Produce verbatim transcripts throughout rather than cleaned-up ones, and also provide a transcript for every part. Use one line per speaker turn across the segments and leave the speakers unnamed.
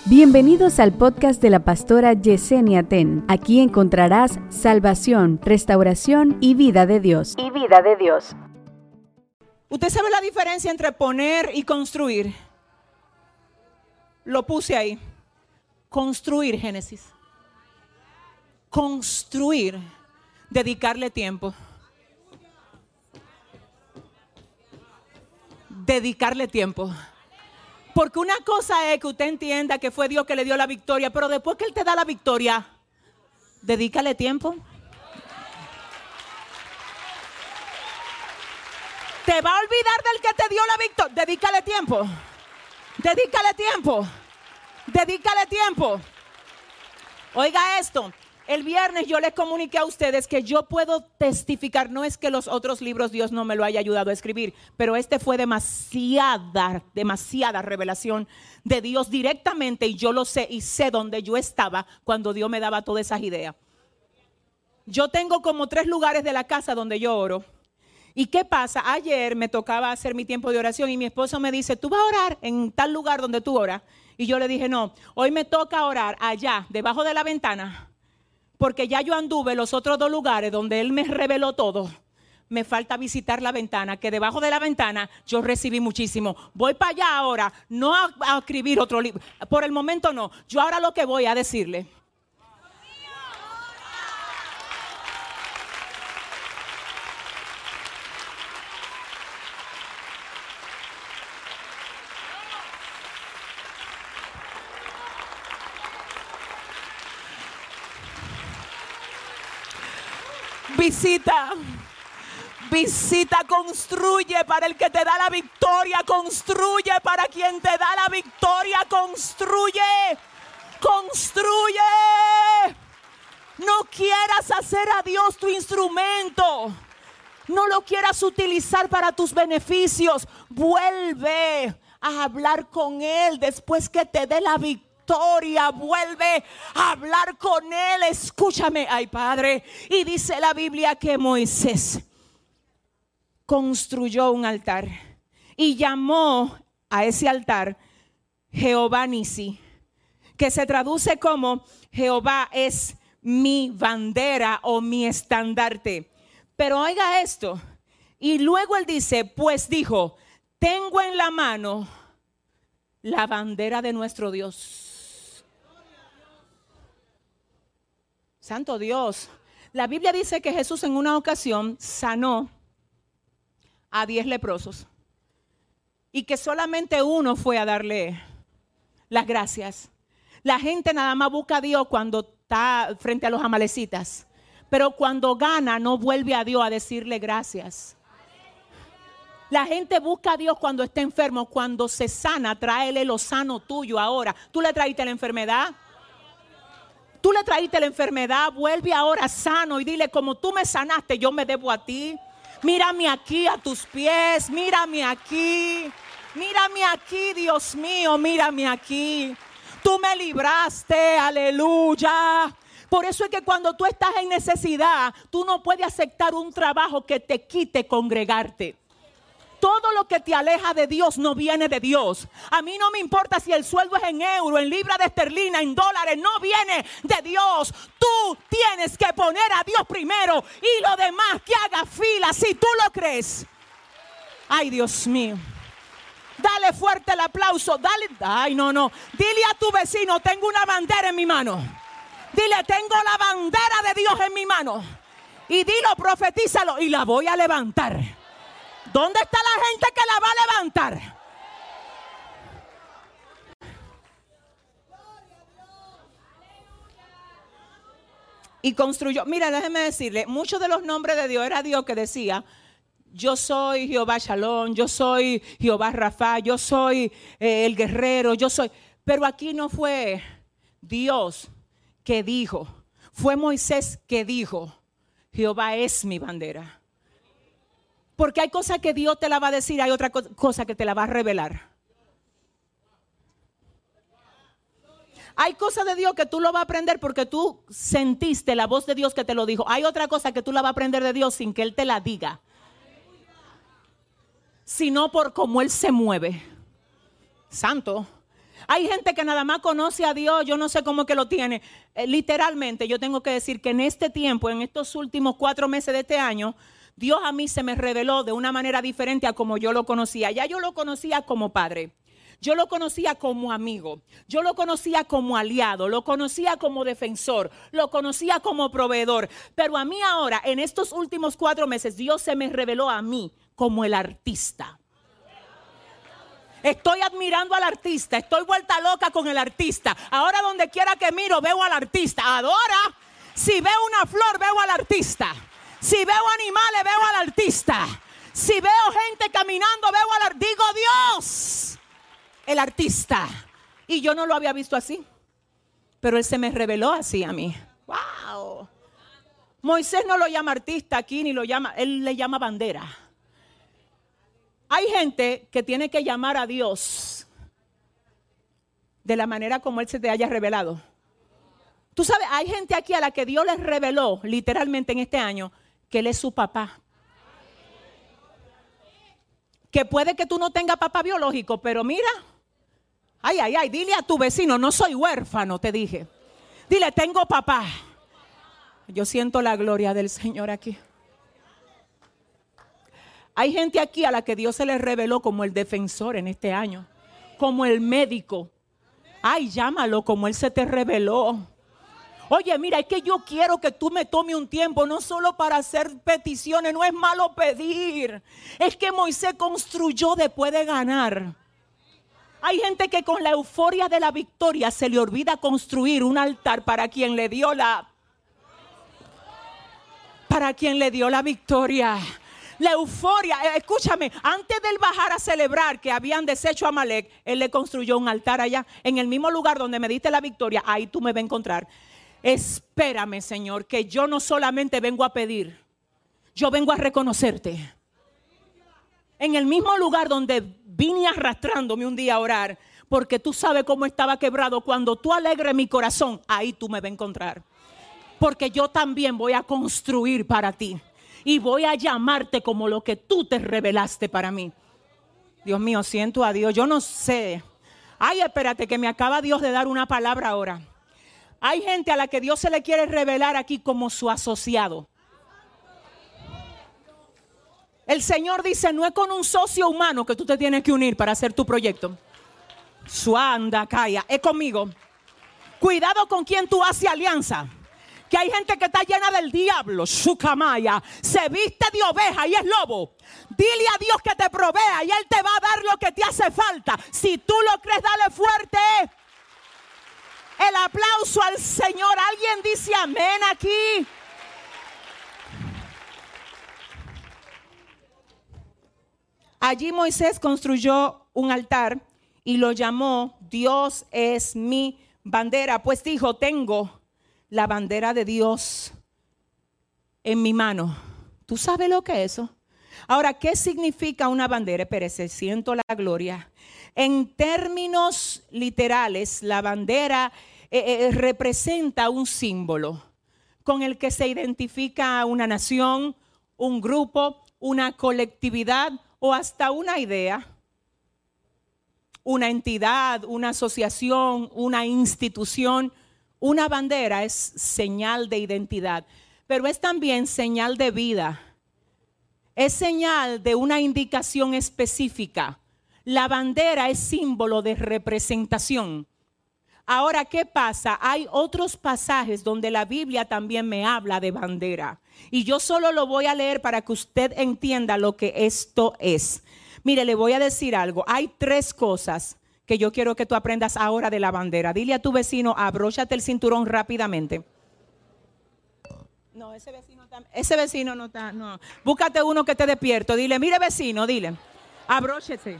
Bienvenidos al podcast de la pastora Yesenia Ten. Aquí encontrarás salvación, restauración y vida de Dios. Y vida de Dios.
¿Usted sabe la diferencia entre poner y construir? Lo puse ahí. Construir, Génesis. Construir. Dedicarle tiempo. Dedicarle tiempo. Porque una cosa es que usted entienda que fue Dios que le dio la victoria, pero después que Él te da la victoria, dedícale tiempo. Te va a olvidar del que te dio la victoria. Dedícale tiempo. Dedícale tiempo. Dedícale tiempo. Oiga esto. El viernes yo les comuniqué a ustedes que yo puedo testificar. No es que los otros libros Dios no me lo haya ayudado a escribir, pero este fue demasiada, demasiada revelación de Dios directamente. Y yo lo sé y sé dónde yo estaba cuando Dios me daba todas esas ideas. Yo tengo como tres lugares de la casa donde yo oro. ¿Y qué pasa? Ayer me tocaba hacer mi tiempo de oración y mi esposo me dice, ¿tú vas a orar en tal lugar donde tú oras? Y yo le dije, no, hoy me toca orar allá, debajo de la ventana. Porque ya yo anduve los otros dos lugares donde Él me reveló todo. Me falta visitar la ventana, que debajo de la ventana yo recibí muchísimo. Voy para allá ahora, no a, a escribir otro libro. Por el momento no. Yo ahora lo que voy a decirle. Visita, visita, construye para el que te da la victoria, construye para quien te da la victoria, construye, construye. No quieras hacer a Dios tu instrumento, no lo quieras utilizar para tus beneficios, vuelve a hablar con Él después que te dé la victoria. Victoria, vuelve a hablar con Él. Escúchame, ay Padre. Y dice la Biblia que Moisés construyó un altar y llamó a ese altar Jehová Nisi, que se traduce como Jehová es mi bandera o mi estandarte. Pero oiga esto, y luego él dice, pues dijo, tengo en la mano la bandera de nuestro Dios. Santo Dios. La Biblia dice que Jesús en una ocasión sanó a diez leprosos y que solamente uno fue a darle las gracias. La gente nada más busca a Dios cuando está frente a los amalecitas, pero cuando gana no vuelve a Dios a decirle gracias. La gente busca a Dios cuando está enfermo, cuando se sana, tráele lo sano tuyo ahora. Tú le traíste la enfermedad. Tú le traíste la enfermedad, vuelve ahora sano y dile, como tú me sanaste, yo me debo a ti. Mírame aquí a tus pies, mírame aquí, mírame aquí, Dios mío, mírame aquí. Tú me libraste, aleluya. Por eso es que cuando tú estás en necesidad, tú no puedes aceptar un trabajo que te quite congregarte. Todo lo que te aleja de Dios no viene de Dios. A mí no me importa si el sueldo es en euro, en libra de esterlina, en dólares. No viene de Dios. Tú tienes que poner a Dios primero y lo demás que haga fila si tú lo crees. Ay, Dios mío. Dale fuerte el aplauso. Dale. Ay, no, no. Dile a tu vecino, tengo una bandera en mi mano. Dile, tengo la bandera de Dios en mi mano. Y dilo, profetízalo y la voy a levantar. ¿Dónde está la gente que la va a levantar? Y construyó. Mira, déjeme decirle, muchos de los nombres de Dios era Dios que decía, yo soy Jehová Shalom, yo soy Jehová Rafa, yo soy eh, el guerrero, yo soy. Pero aquí no fue Dios que dijo, fue Moisés que dijo, Jehová es mi bandera. Porque hay cosas que Dios te la va a decir, hay otra cosa que te la va a revelar. Hay cosas de Dios que tú lo vas a aprender porque tú sentiste la voz de Dios que te lo dijo. Hay otra cosa que tú la vas a aprender de Dios sin que Él te la diga, sino por cómo Él se mueve. Santo. Hay gente que nada más conoce a Dios, yo no sé cómo que lo tiene. Eh, literalmente yo tengo que decir que en este tiempo, en estos últimos cuatro meses de este año, Dios a mí se me reveló de una manera diferente a como yo lo conocía. Ya yo lo conocía como padre. Yo lo conocía como amigo, yo lo conocía como aliado, lo conocía como defensor, lo conocía como proveedor. Pero a mí ahora, en estos últimos cuatro meses, Dios se me reveló a mí como el artista. Estoy admirando al artista, estoy vuelta loca con el artista. Ahora donde quiera que miro, veo al artista. Ahora, si veo una flor, veo al artista. Si veo animales, veo al artista. Si veo gente caminando, veo al artista. Digo, Dios, el artista. Y yo no lo había visto así, pero Él se me reveló así a mí. Wow. Moisés no lo llama artista aquí, ni lo llama, Él le llama bandera. Hay gente que tiene que llamar a Dios de la manera como Él se te haya revelado. Tú sabes, hay gente aquí a la que Dios les reveló literalmente en este año que Él es su papá. Que puede que tú no tengas papá biológico, pero mira, ay, ay, ay, dile a tu vecino, no soy huérfano, te dije. Dile, tengo papá. Yo siento la gloria del Señor aquí. Hay gente aquí a la que Dios se les reveló como el defensor en este año, como el médico. Ay, llámalo como Él se te reveló. Oye, mira, es que yo quiero que tú me tomes un tiempo, no solo para hacer peticiones, no es malo pedir. Es que Moisés construyó después de ganar. Hay gente que con la euforia de la victoria se le olvida construir un altar para quien le dio la, para quien le dio la victoria. La euforia, escúchame, antes de él bajar a celebrar que habían deshecho a Amalek, él le construyó un altar allá, en el mismo lugar donde me diste la victoria. Ahí tú me vas a encontrar. Espérame, Señor, que yo no solamente vengo a pedir, yo vengo a reconocerte. En el mismo lugar donde vine arrastrándome un día a orar, porque tú sabes cómo estaba quebrado, cuando tú alegres mi corazón, ahí tú me vas a encontrar. Porque yo también voy a construir para ti. Y voy a llamarte como lo que tú te revelaste para mí. Dios mío, siento a Dios. Yo no sé. Ay, espérate, que me acaba Dios de dar una palabra ahora. Hay gente a la que Dios se le quiere revelar aquí como su asociado. El Señor dice, no es con un socio humano que tú te tienes que unir para hacer tu proyecto. Suanda, calla, es conmigo. Cuidado con quien tú haces alianza. Que hay gente que está llena del diablo, su camaya, se viste de oveja y es lobo. Dile a Dios que te provea y Él te va a dar lo que te hace falta. Si tú lo crees, dale fuerte el aplauso al Señor. ¿Alguien dice amén aquí? Allí Moisés construyó un altar y lo llamó Dios es mi bandera. Pues dijo, tengo la bandera de Dios en mi mano. ¿Tú sabes lo que es eso? Ahora, ¿qué significa una bandera? Espérese, siento la gloria. En términos literales, la bandera eh, eh, representa un símbolo con el que se identifica una nación, un grupo, una colectividad o hasta una idea, una entidad, una asociación, una institución. Una bandera es señal de identidad, pero es también señal de vida. Es señal de una indicación específica. La bandera es símbolo de representación. Ahora, ¿qué pasa? Hay otros pasajes donde la Biblia también me habla de bandera. Y yo solo lo voy a leer para que usted entienda lo que esto es. Mire, le voy a decir algo. Hay tres cosas que yo quiero que tú aprendas ahora de la bandera. Dile a tu vecino, abróchate el cinturón rápidamente. No, ese vecino está, ese vecino no está, no. Búscate uno que esté despierto. Dile, mire vecino, dile, abróchese.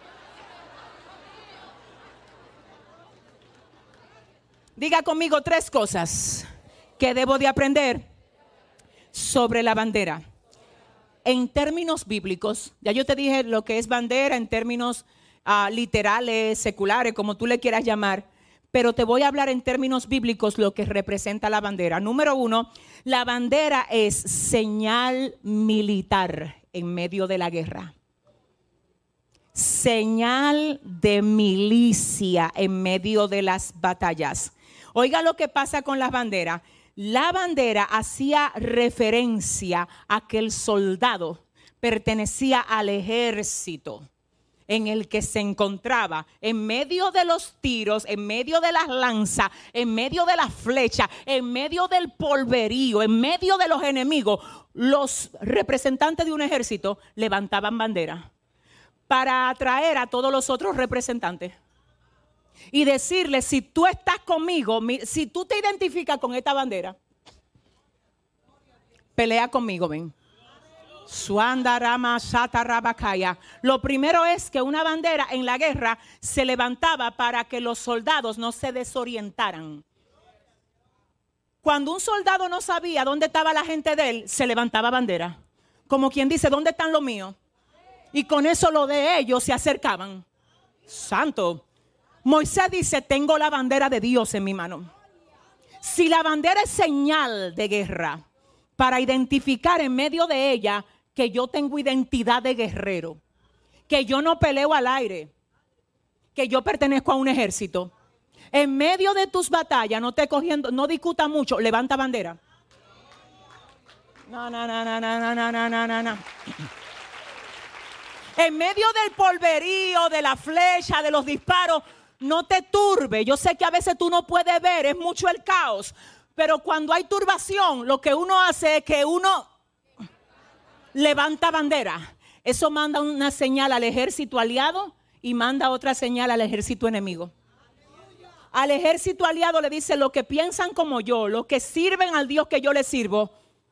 Diga conmigo tres cosas que debo de aprender sobre la bandera. En términos bíblicos, ya yo te dije lo que es bandera en términos Uh, literales, seculares, como tú le quieras llamar, pero te voy a hablar en términos bíblicos lo que representa la bandera. Número uno, la bandera es señal militar en medio de la guerra. señal de milicia en medio de las batallas. Oiga lo que pasa con las banderas. La bandera hacía referencia a que el soldado pertenecía al ejército en el que se encontraba, en medio de los tiros, en medio de las lanzas, en medio de las flechas, en medio del polverío, en medio de los enemigos. Los representantes de un ejército levantaban bandera para atraer a todos los otros representantes y decirles: si tú estás conmigo, si tú te identificas con esta bandera, pelea conmigo, ven. Lo primero es que una bandera en la guerra se levantaba para que los soldados no se desorientaran. Cuando un soldado no sabía dónde estaba la gente de él, se levantaba bandera, como quien dice: ¿dónde están los míos? Y con eso los de ellos se acercaban. Santo. Moisés dice: tengo la bandera de Dios en mi mano. Si la bandera es señal de guerra, para identificar en medio de ella que yo tengo identidad de guerrero, que yo no peleo al aire, que yo pertenezco a un ejército. En medio de tus batallas, no te cogiendo, no discuta mucho, levanta bandera. No, no, no, no, no, no, no, no, no, no. En medio del polverío, de la flecha, de los disparos, no te turbe. Yo sé que a veces tú no puedes ver, es mucho el caos. Pero cuando hay turbación, lo que uno hace es que uno levanta bandera. Eso manda una señal al ejército aliado y manda otra señal al ejército enemigo. Al ejército aliado le dice: los que piensan como yo, los que sirven al Dios que yo les sirvo,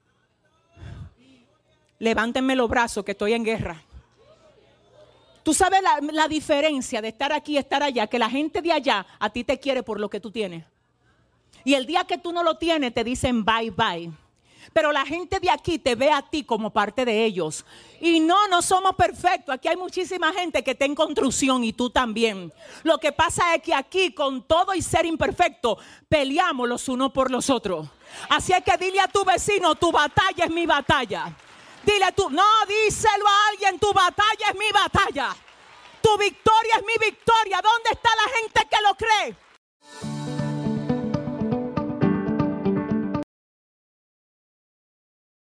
levántenme los brazos que estoy en guerra. Tú sabes la, la diferencia de estar aquí y estar allá, que la gente de allá a ti te quiere por lo que tú tienes. Y el día que tú no lo tienes te dicen bye bye. Pero la gente de aquí te ve a ti como parte de ellos. Y no, no somos perfectos. Aquí hay muchísima gente que está en construcción y tú también. Lo que pasa es que aquí, con todo y ser imperfecto, peleamos los unos por los otros. Así es que dile a tu vecino: tu batalla es mi batalla. Dile tú, no, díselo a alguien: tu batalla es mi batalla. Tu victoria es mi victoria. ¿Dónde está la gente que lo cree?